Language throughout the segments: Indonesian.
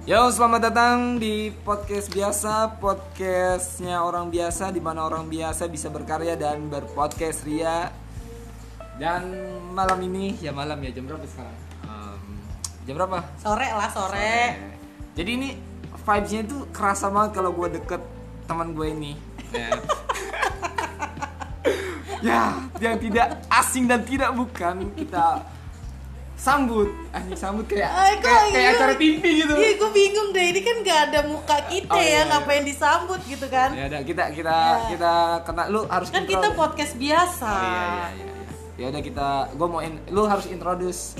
Yo, selamat datang di podcast biasa, podcastnya orang biasa, di mana orang biasa bisa berkarya dan berpodcast ria. Dan malam ini, jam berapa sekarang? Jam berapa? Sore lah, sore. Jadi ini vibes-nya itu kerasa banget kalau gue deket teman gue ini. Ya, yang tidak asing dan tidak bukan, kita sambut kayak acara TV gitu. Iya, gue bingung deh, ini kan gak ada muka kita ngapain disambut gitu kan? Ya udah kita kena, lu harus kan kita podcast biasa. Iya. Ya udah lu harus introduce.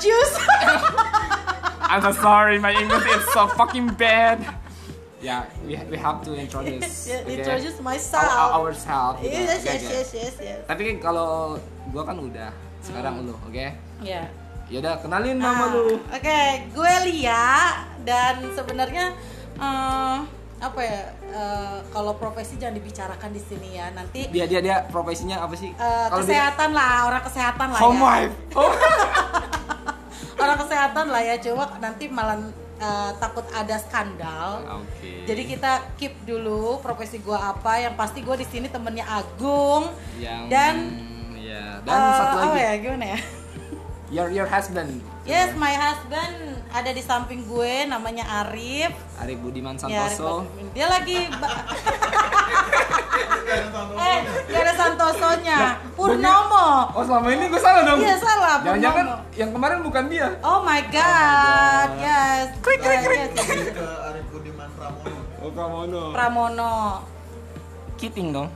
I'm so sorry, my English is so fucking bad. Ya, we have to introduce. Introduce myself. Ourselves. Gitu. Yes. Tapi kan kalau gua kan udah, sekarang lu, oke? Iya. Ya udah, kenalin nama lu. Oke, gue Lia dan sebenarnya kalau profesi jangan dibicarakan di sini ya. Nanti dia profesinya apa sih? Kesehatan lah, orang kesehatan lah home wife. Orang kesehatan lah ya, coba nanti malah takut ada skandal. Okay. Jadi kita keep dulu profesi gue apa. Yang pasti gue di sini temennya Agung. Dan satu lagi. Gimana ya? Your husband. Yes, my husband ada di samping gue, namanya Arif Budiman Santoso. Dia lagi gak ada Santosonya. Purnomo. Oh, selama ini gue salah dong. Iya, salah. Jangan-jangan yang kemarin bukan dia. Oh my god. Yes. Krik. Ke Arif Budiman Pramono. Oh, Pramono. Kiting dong.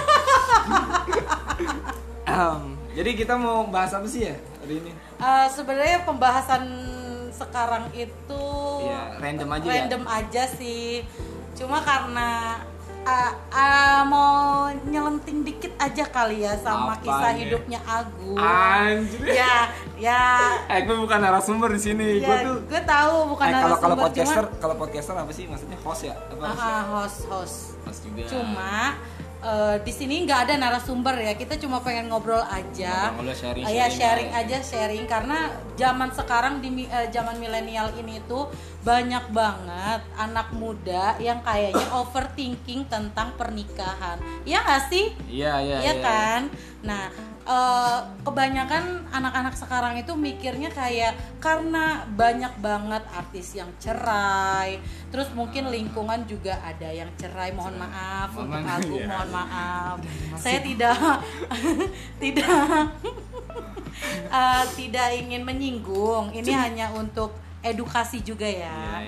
Jadi kita mau bahas apa sih ya hari ini? Sebenarnya pembahasan sekarang itu random aja sih. Cuma karena mau nyelenting dikit aja kali ya sama kisah hidupnya Agung. Anjir. Ya. Gue bukan narasumber di sini. Ya, gue tahu bukan narasumber. Kalau podcaster apa sih maksudnya, host ya? Host juga. Cuma di sini nggak ada narasumber ya, kita cuma pengen ngobrol aja, sharing karena zaman sekarang di zaman milenial ini tuh banyak banget anak muda yang kayaknya overthinking tentang pernikahan, ya nggak sih? Iya kan. Nah, kebanyakan anak-anak sekarang itu mikirnya kayak karena banyak banget artis yang cerai, terus mungkin lingkungan juga ada yang cerai. Mohon maaf untuk Agung, mohon maaf. Saya tidak ingin menyinggung. Ini hanya untuk edukasi juga ya.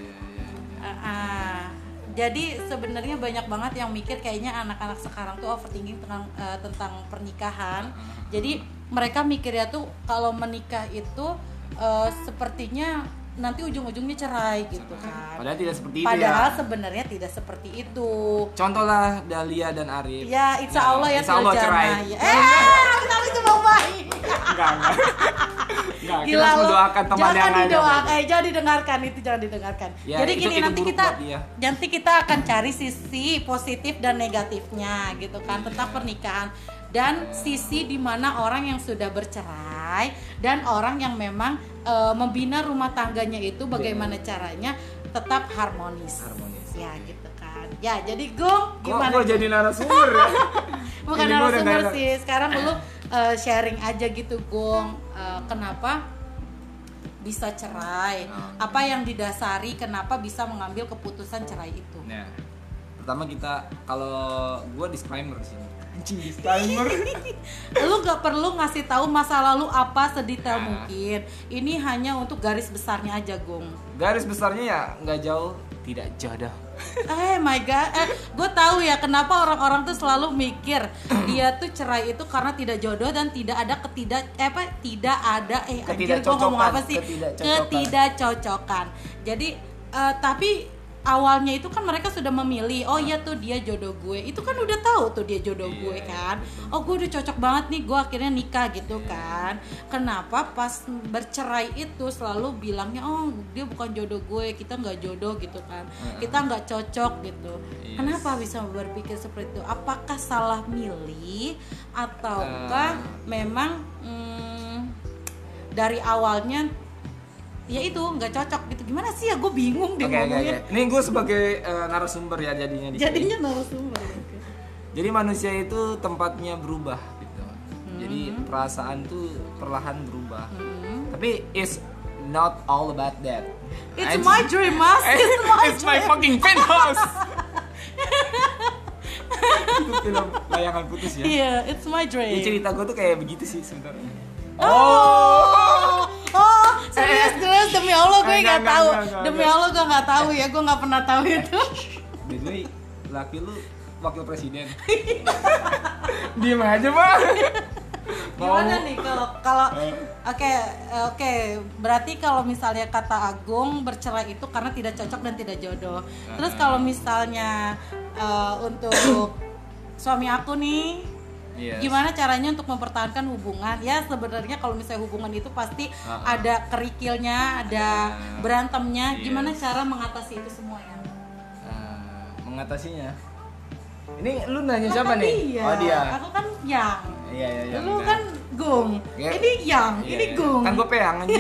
Jadi sebenarnya banyak banget yang mikir kayaknya anak-anak sekarang tuh overthinking tentang pernikahan. Jadi mereka mikirnya tuh kalau menikah itu sepertinya nanti ujung-ujungnya cerai gitu kan. Padahal tidak seperti itu. Padahal sebenarnya tidak seperti itu. Contohlah Dahlia dan Arif. Ya, insya Allah ya cerai. Tapi itu mau baik. Enggak. Gila, kita harus mendoakan teman yang lain. Jangan didengarkan. Ya, jadi gini, nanti kita akan cari sisi positif dan negatifnya gitu kan tentang pernikahan, dan sisi dimana orang yang sudah bercerai dan orang yang memang membina rumah tangganya itu bagaimana caranya tetap harmonis. Ya gitu kan. Ya, jadi Gung, gimana? Kok jadi narasumber ya? Bukan narasumber sih. Sekarang lu sharing aja gitu, Gung. Kenapa bisa cerai? Apa yang didasari kenapa bisa mengambil keputusan cerai itu? Nah, pertama kalau gue disclaimer di sini. Disclaimer. Lu gak perlu ngasih tahu masa lalu apa sedetail mungkin. Ini hanya untuk garis besarnya aja, Gung. Garis besarnya ya nggak jauh, tidak jodoh. My god, gue tahu ya kenapa orang-orang tuh selalu mikir dia tuh cerai itu karena tidak jodoh dan tidak ada ketidakcocokan. Jadi tapi awalnya itu kan mereka sudah memilih, oh iya tuh dia jodoh gue, itu kan udah tahu tuh dia jodoh gue kan, oh gue udah cocok banget nih, gue akhirnya nikah gitu kan. Kenapa pas bercerai itu selalu bilangnya, oh dia bukan jodoh gue, kita nggak jodoh gitu kan, kita nggak cocok gitu. Kenapa bisa berpikir seperti itu? Apakah salah milih ataukah memang dari awalnya ya itu nggak cocok gitu. Gimana sih ya, gue bingung deh Oke. ngomongnya. Ini gue sebagai narasumber ya jadinya di sini. Jadinya narasumber. Jadi manusia itu tempatnya berubah gitu. Jadi perasaan tuh perlahan berubah. Tapi it's not all about that. It's my dream, Mas. It's my fucking penthouse. Itu film layangan putus ya. Iya, it's my Ini dream. cerita gue tuh kayak begitu sih sebenarnya. Oh, serius demi Allah gue Enggak, nggak tahu. enggak. Demi Allah gue nggak tahu ya, gue nggak pernah tahu itu. By the way, laki lu wakil presiden. Diem aja bang. Gimana nih kalau oke, berarti kalau misalnya kata Agung bercerai itu karena tidak cocok dan tidak jodoh. Terus kalau misalnya untuk suami aku nih, Yes. gimana caranya untuk mempertahankan hubungan? Ya sebenarnya kalau misalnya hubungan itu pasti ada kerikilnya, ada berantemnya. Yes. Gimana cara mengatasi itu semuanya? Mengatasinya. Ini lu nanya siapa Kan nih? dia. Oh dia. Aku kan Yang. Iya. Lu kan Gung. Ya. Ini Yang, Iya, ini iya. Gung. Kan gue peang aja.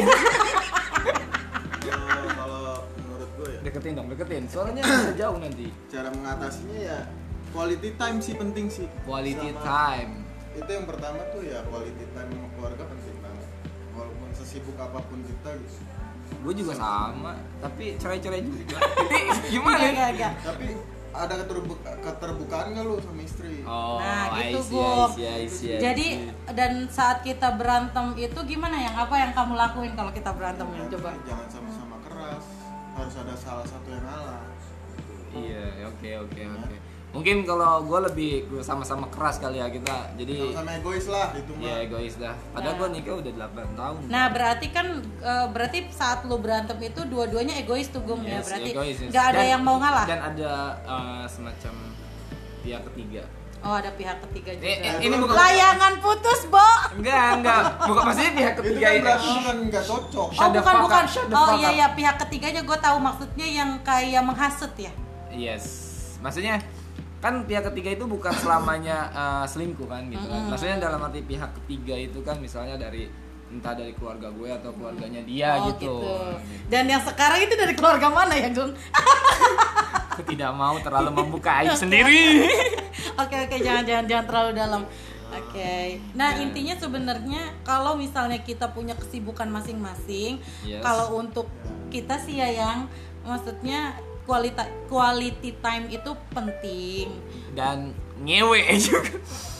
Ya, kalau menurut gue ya Deketin. Soalnya bisa jauh nanti. cara mengatasinya ya quality time sih penting sih. Quality Sama- time. Itu yang pertama tuh ya quality time sama keluarga penting banget. Walaupun sesibuk apapun kita gitu. Gue juga sama, tapi cerai-cerai juga. Jadi gimana? Enggak. Tapi ada keterbukaan nggak lu sama istri? Oh, Nah, gitu, I see, Gong. I see. Jadi dan saat kita berantem itu gimana yang apa yang kamu lakuin kalau kita berantem ya? Coba. Jangan sama-sama keras. Harus ada salah satu yang ngalah. Iya, oke. Mungkin kalau gue gue sama-sama keras kali ya kita. Jadi Sama egois lah itu mah. ya egois dah. Padahal gue nikah udah 8 tahun. Nah, berarti kan berarti saat lu berantem itu dua-duanya egois tuh, Gung, ya. Yes, Berarti egois, yes. nggak ada Dan- yang mau ngalah. Dan ada semacam pihak ketiga. Oh, ada pihak ketiga juga. Ini bukan Layangan putus, Bo. enggak. Bukan maksudnya pihak Itu ketiga kan ini. berarti bukan nggak cocok. Shut the fuck up, shut the Oh fuck up. iya, pihak ketiganya gue tahu maksudnya yang kayak menghasut ya. Yes. Maksudnya kan pihak ketiga itu bukan selamanya selingkuh kan gitu kan. Maksudnya dalam arti pihak ketiga itu kan misalnya entah dari keluarga gue atau keluarganya dia Oh, gitu. Dan yang sekarang itu dari keluarga mana ya, Gung? Aku tidak mau terlalu membuka aib sendiri. Oke, jangan terlalu dalam. Oke. Nah, intinya sebenarnya kalau misalnya kita punya kesibukan masing-masing, Yes. kalau untuk kita sih ya yang maksudnya quality time itu penting. Dan ngewe juga.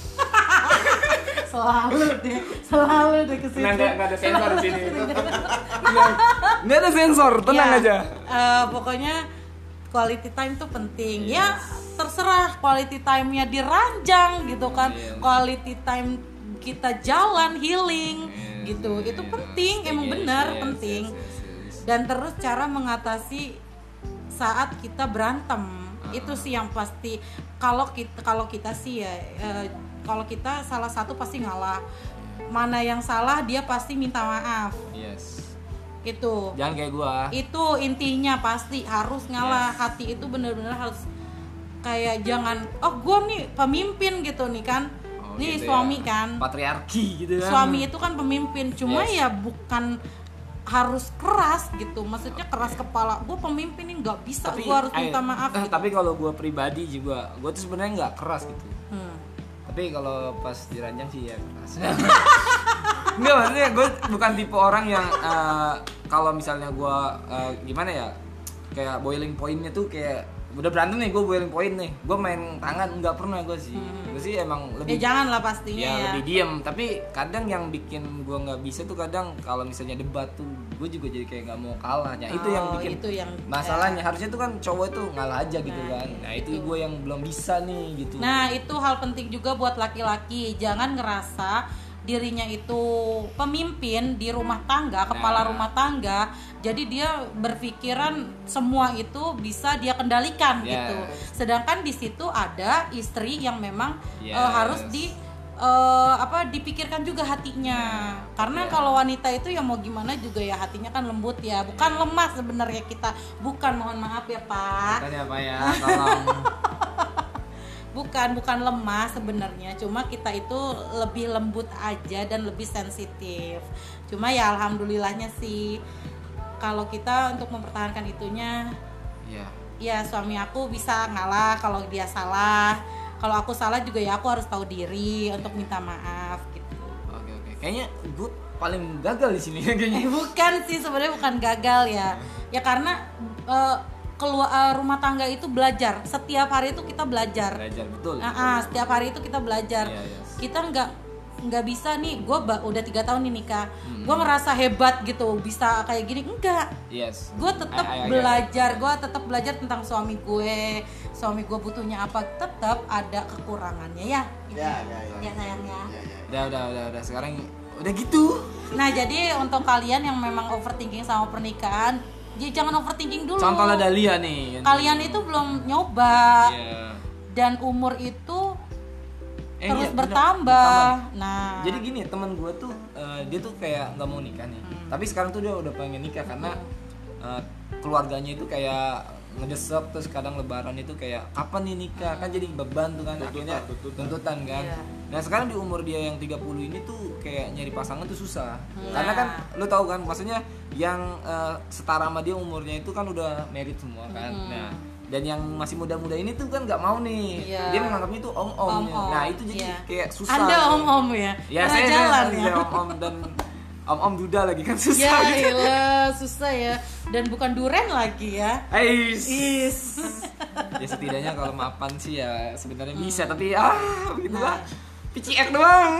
Selalu deh ke situ. Nggak ada sensor di sini. Nggak ada sensor, tenang Ya, aja. Pokoknya quality time tuh penting. Ya terserah quality time-nya diranjang gitu kan. Yes. Quality time kita jalan healing Yes, gitu. Itu yes. penting, emang Yes, benar yes, penting. yes. Dan terus cara mengatasi saat kita berantem itu sih yang pasti. Kalau kita sih ya kalau kita salah satu pasti ngalah. Mana yang salah dia pasti minta maaf. Yes. Itu. Jangan kayak gua. Itu intinya pasti harus ngalah. Yes. Hati itu benar-benar harus kayak jangan gue nih pemimpin gitu nih kan. Oh, Nih gitu suami ya. kan. Patriarki gitu kan. Suami itu kan pemimpin, cuma Yes. ya bukan harus keras gitu. Maksudnya keras kepala. Gue pemimpin nih nggak bisa. Gue harus minta maaf. Gitu. Tapi kalau gue pribadi juga, gue tuh sebenarnya nggak keras gitu. Hmm. Tapi kalau pas diranjang sih ya keras. Enggak, maksudnya gue bukan tipe orang yang kalau misalnya gue gimana ya, kayak boiling pointnya tuh kayak udah berantem nih, gue boiling point nih, gue main tangan, nggak pernah gue sih. Gue sih emang Ya lebih jangan lah pastinya ya, ya. lebih diem. Tapi kadang yang bikin gue nggak bisa tuh kadang kalau misalnya debat tuh gue juga jadi kayak nggak mau kalah. Nah itu yang Oh, bikin itu yang- masalahnya. Harusnya tuh kan cowok tuh ngalah aja gitu Nah, kan. Nah itu itu. gue yang belum bisa nih gitu. Nah, itu hal penting juga buat laki-laki. Jangan ngerasa dirinya itu pemimpin di rumah tangga, kepala Nah. rumah tangga. Jadi dia berpikiran semua itu bisa dia kendalikan Yes. gitu. Sedangkan di situ ada istri yang memang Yes. harus dipikirkan juga hatinya. Karena Yeah. kalau wanita itu ya mau gimana juga ya hatinya kan lembut ya. Bukan lemah sebenarnya kita. Bukan, mohon maaf ya, Pak. Tanya apa ya, tolong. Bukan lemah sebenarnya, cuma kita itu lebih lembut aja dan lebih sensitif. Cuma ya alhamdulillahnya sih kalau kita untuk mempertahankan itunya, Iya. ya suami aku bisa ngalah kalau dia salah. Kalau aku salah juga ya aku harus tahu diri untuk minta maaf gitu. Oke. Kayaknya gue paling gagal di sini kayaknya. Bukan sih, sebenarnya bukan gagal ya. Ya karena keluar rumah tangga itu belajar. Setiap hari itu kita belajar. Belajar betul. Setiap hari itu kita belajar. Iya. Kita nggak bisa nih. Gue udah 3 tahun nih nikah. Gue ngerasa hebat gitu, bisa kayak gini. Enggak. Yes. Gue tetap belajar. Gue tetap belajar tentang suami gue. Suami gue butuhnya apa, tetap ada kekurangannya ya. Ya Sayangnya. Udah sekarang udah gitu. Nah jadi untuk kalian yang memang overthinking sama pernikahan, jangan overthinking dulu. Contohnya Dahlia nih. Kalian itu belum nyoba. Iya. Dan umur itu terus iya, bertambah. Nah, jadi gini, teman gue tuh dia tuh kayak nggak mau nikah nih. Tapi sekarang tuh dia udah pengen nikah karena keluarganya itu kayak ngedesek, terus kadang lebaran itu kayak kapan nih nikah, kan jadi beban tuh kan, akhirnya tuntutan kan. Iya. Nah sekarang di umur dia yang 30 ini tuh kayak nyari pasangan tuh susah. Karena kan lu tahu kan, maksudnya yang setara sama dia umurnya itu kan udah married semua kan. Nah dan yang masih muda-muda ini tuh kan nggak mau nih. Iya. Dia menganggapnya itu om-om. Nah itu jadi kayak susah. Anda om-om ya? Ya Pernah saya jalan ya? om-om dan om-om duda lagi kan susah Ya gitu. iyalah, susah ya. Dan bukan duren lagi ya. Is. Ya setidaknya kalau mapan sih ya sebenarnya bisa, tapi begitulah. PCX doang.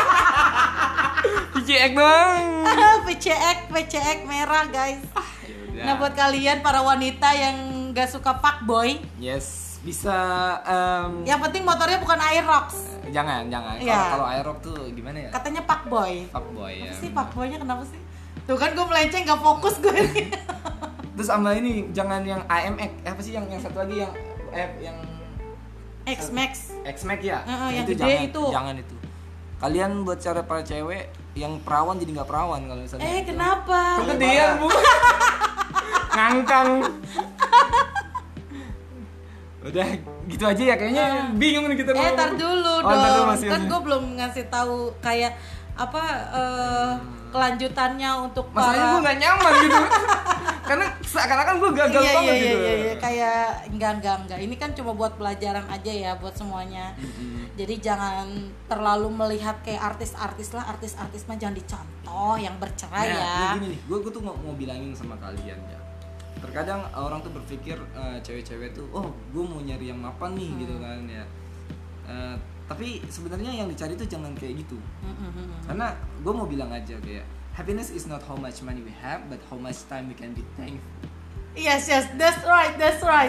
PCX doang. PCX merah guys. Yaudah. Nah buat kalian para wanita yang gak suka fuckboy, Yes, bisa yang penting motornya bukan Aerox. jangan. Iya. Kalau Aerox tuh gimana ya? Katanya fuckboy. Fuckboy ya. Apa sih fuckboynya kenapa sih? Tuh kan gue melenceng gak fokus gue nih. Terus sama ini jangan yang AMX, apa sih yang satu lagi yang yang X-Max. X-Max ya? Yang gede jangan, itu. Jangan itu. Kalian buat cara para cewek yang perawan jadi nggak perawan kalau misalnya. Kenapa? Kegedean bu. Ngangkang. Udah gitu aja ya kayaknya bingung nih kita. Tar dulu Oh, dong. ntar dulu masih Kan ada. gue belum ngasih tahu kayak apa kelanjutannya untuk Masalahnya gue nggak nyaman gitu. Karena seakan-akan gue gagal banget gitu. Iya, kayak enggak. Ini kan cuma buat pelajaran aja ya buat semuanya. Jadi jangan terlalu melihat kayak artis-artis mah jangan dicontoh yang bercerai ya. Gini nih, gue tuh mau bilangin sama kalian ya. Terkadang orang tuh berpikir cewek-cewek tuh, oh gue mau nyari yang mapan nih gitu kan ya. Tapi sebenarnya yang dicari tuh jangan kayak gitu. Karena gue mau bilang aja kayak happiness is not how much money we have, but how much time we can be thankful. Yes, that's right.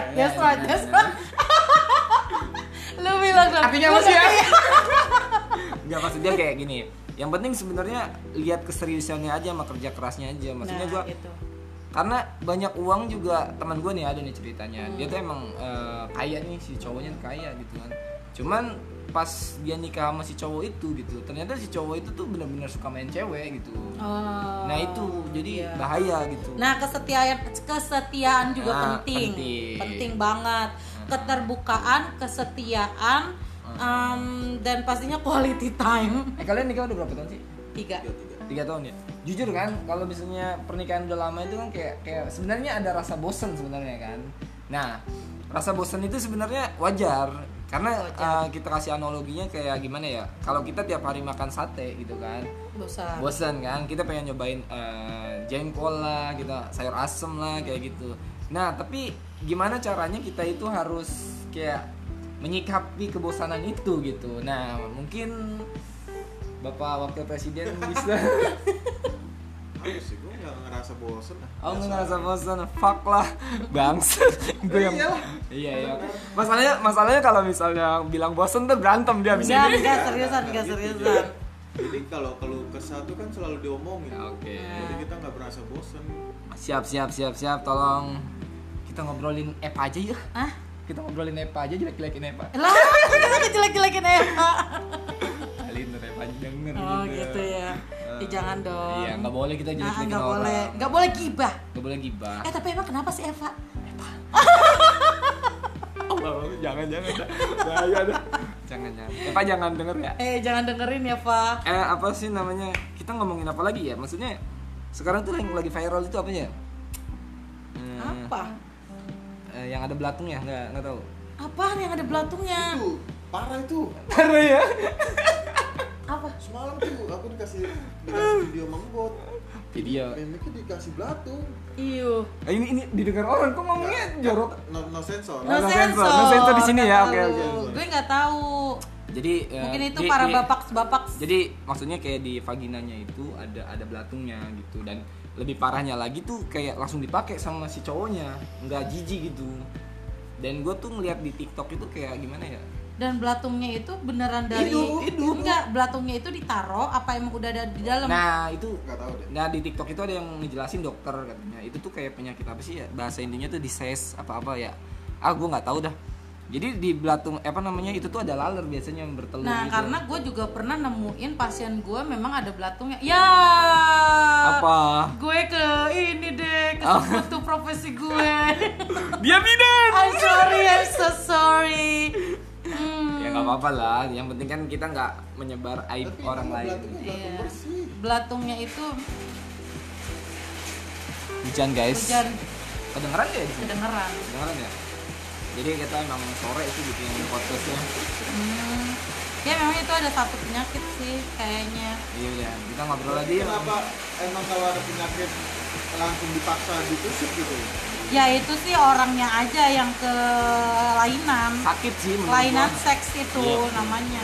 Lu bilang dong. Artinya apa sih ya? Enggak, maksudnya kayak gini. Yang penting sebenarnya lihat keseriusannya aja sama kerja kerasnya aja. Maksudnya gue gitu. karena banyak uang juga, teman gue nih ada nih ceritanya. Dia tuh emang kaya nih, si cowoknya tuh kaya gitu kan. Cuman pas dia nikah sama si cowok itu gitu, ternyata si cowok itu tuh benar-benar suka main cewek gitu. Nah itu jadi bahaya gitu. Nah kesetiaan juga penting banget. Keterbukaan, kesetiaan, dan pastinya quality time. Kalian nikah udah berapa tahun sih? 3 tahun ya. Jujur kan, kalau misalnya pernikahan udah lama itu kan kayak sebenarnya ada rasa bosan sebenarnya kan. Nah, rasa bosan itu sebenarnya wajar karena kita kasih analoginya kayak gimana ya? Kalau kita tiap hari makan sate gitu kan, bosan kan? Kita pengen nyobain jengkol lah, kita sayur asem lah kayak gitu. Nah, tapi gimana caranya kita itu harus kayak menyikapi kebosanan itu gitu. Nah, mungkin Bapak Wakil Presiden bisa. Harus sih, gue nggak ngerasa bosen. Oh nggak ngerasa bosan, fuck lah, bangsa. Gue yang iya. Masalahnya kalau misalnya bilang bosan tuh berantem dia abis ini. Enggak seriusan. Jadi kalau kesah tuh kan selalu diomongin. Oke. Jadi kita nggak berasa bosen. Siap. Tolong kita ngobrolin Eva aja yuk. Hah? Kita ngobrolin Eva aja, jelek-jelekin Eva. Lah, kita ngejelek-jelekin Eva. Kali ini Eva denger. Oh gitu ya. Jangan dong. Iya, nggak boleh kita jelek-jelekin orang. Nggak boleh gibah. Nggak boleh gibah. Tapi emang kenapa sih Eva? Jangan. Eva jangan denger ya. Jangan dengerin ya, Pak. Apa sih namanya? Kita ngomongin apa lagi ya? Maksudnya sekarang tuh yang lagi viral itu apa ya? Apa? Yang ada belatungnya, nggak tahu. Apaan yang ada belatungnya? Itu parah itu. Parah ya. Apa? Semalam tuh aku dikasih video manggot. Video. Memeknya dikasih belatung. Iyo. Ini didengar orang kok ngomongnya jorok. No sensor. No No sensor. sensor. No sensor di sini ya. Nggak Oke, tahu. oke. Gue nggak tahu. Jadi Mungkin itu para bapak. Jadi maksudnya kayak di vaginanya itu ada belatungnya gitu, dan lebih parahnya lagi tuh kayak langsung dipakai sama si cowoknya, nggak jijik gitu. Dan gue tuh ngeliat di TikTok itu kayak gimana ya? Dan belatungnya itu beneran dari Hidup. Enggak, belatungnya itu ditaro apa emang udah ada di dalam? Nah itu Nggak tahu deh. Nah di TikTok itu ada yang ngejelasin dokter katanya itu tuh kayak penyakit apa sih ya, bahasa intinya tuh disease apa ya, gue nggak tahu dah. Jadi di belatung itu tuh ada laler biasanya yang bertelur Nah, gitu. karena gue juga pernah nemuin pasien gue memang ada belatungnya. Ya. Apa? Gue ke ini deh, ke sekutu profesi gue. Dia bidan. I'm so sorry. Ya nggak apa-apa lah, yang penting kan kita nggak menyebar aib Tapi orang itu lain. belatungnya belatung Iya. bersih. Belatungnya itu Hujan guys. hujan Kedengeran ya di sini? kedengeran. Kedengeran ya. Jadi kita emang sore itu bikin podcastnya. Ya memang itu ada satu penyakit sih kayaknya. Iya ya, kita ngobrol lagi ya. Kenapa emang kalau ada penyakit langsung dipaksa ditusuk gitu? Ya itu sih orangnya aja yang kelainan. Sakit sih menurut Kelainan gua. seks itu Iya. namanya.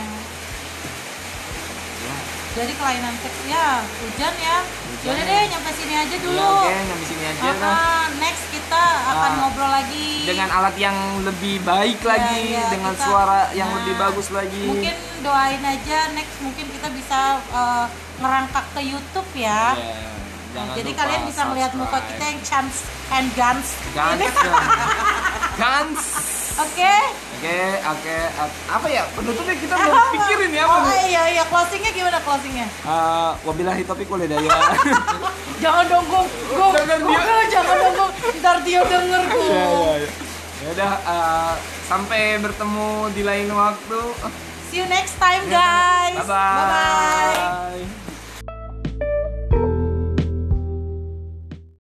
Ya. Jadi kelainan seks ya, hujan ya. Hujan Yaudah ya. deh, nyampe sini aja dulu. Iya, oke, nyampe sini aja dah. Next kita akan Ah, ngobrol lagi. Dengan alat yang lebih baik Ya, lagi, ya, dengan kita- suara yang nah, lebih bagus lagi. Mungkin doain aja next mungkin kita bisa ngerangkak ke YouTube ya. Iya, jangan Jadi lupa kalian bisa melihat muka subscribe. kita yang chance and guns. Gans. Gans. Oke. Oke. Apa ya? Penutupnya kita belum pikirin ya. Oh iya, closingnya gimana closingnya? Wabillahi taufiq wal hidayah. Jangan dong, Gong. Jangan dong, Gong. Ntar dia denger, Gong. Ya udah, sampai bertemu di lain waktu. See you next time, guys. Bye bye. Bye-bye.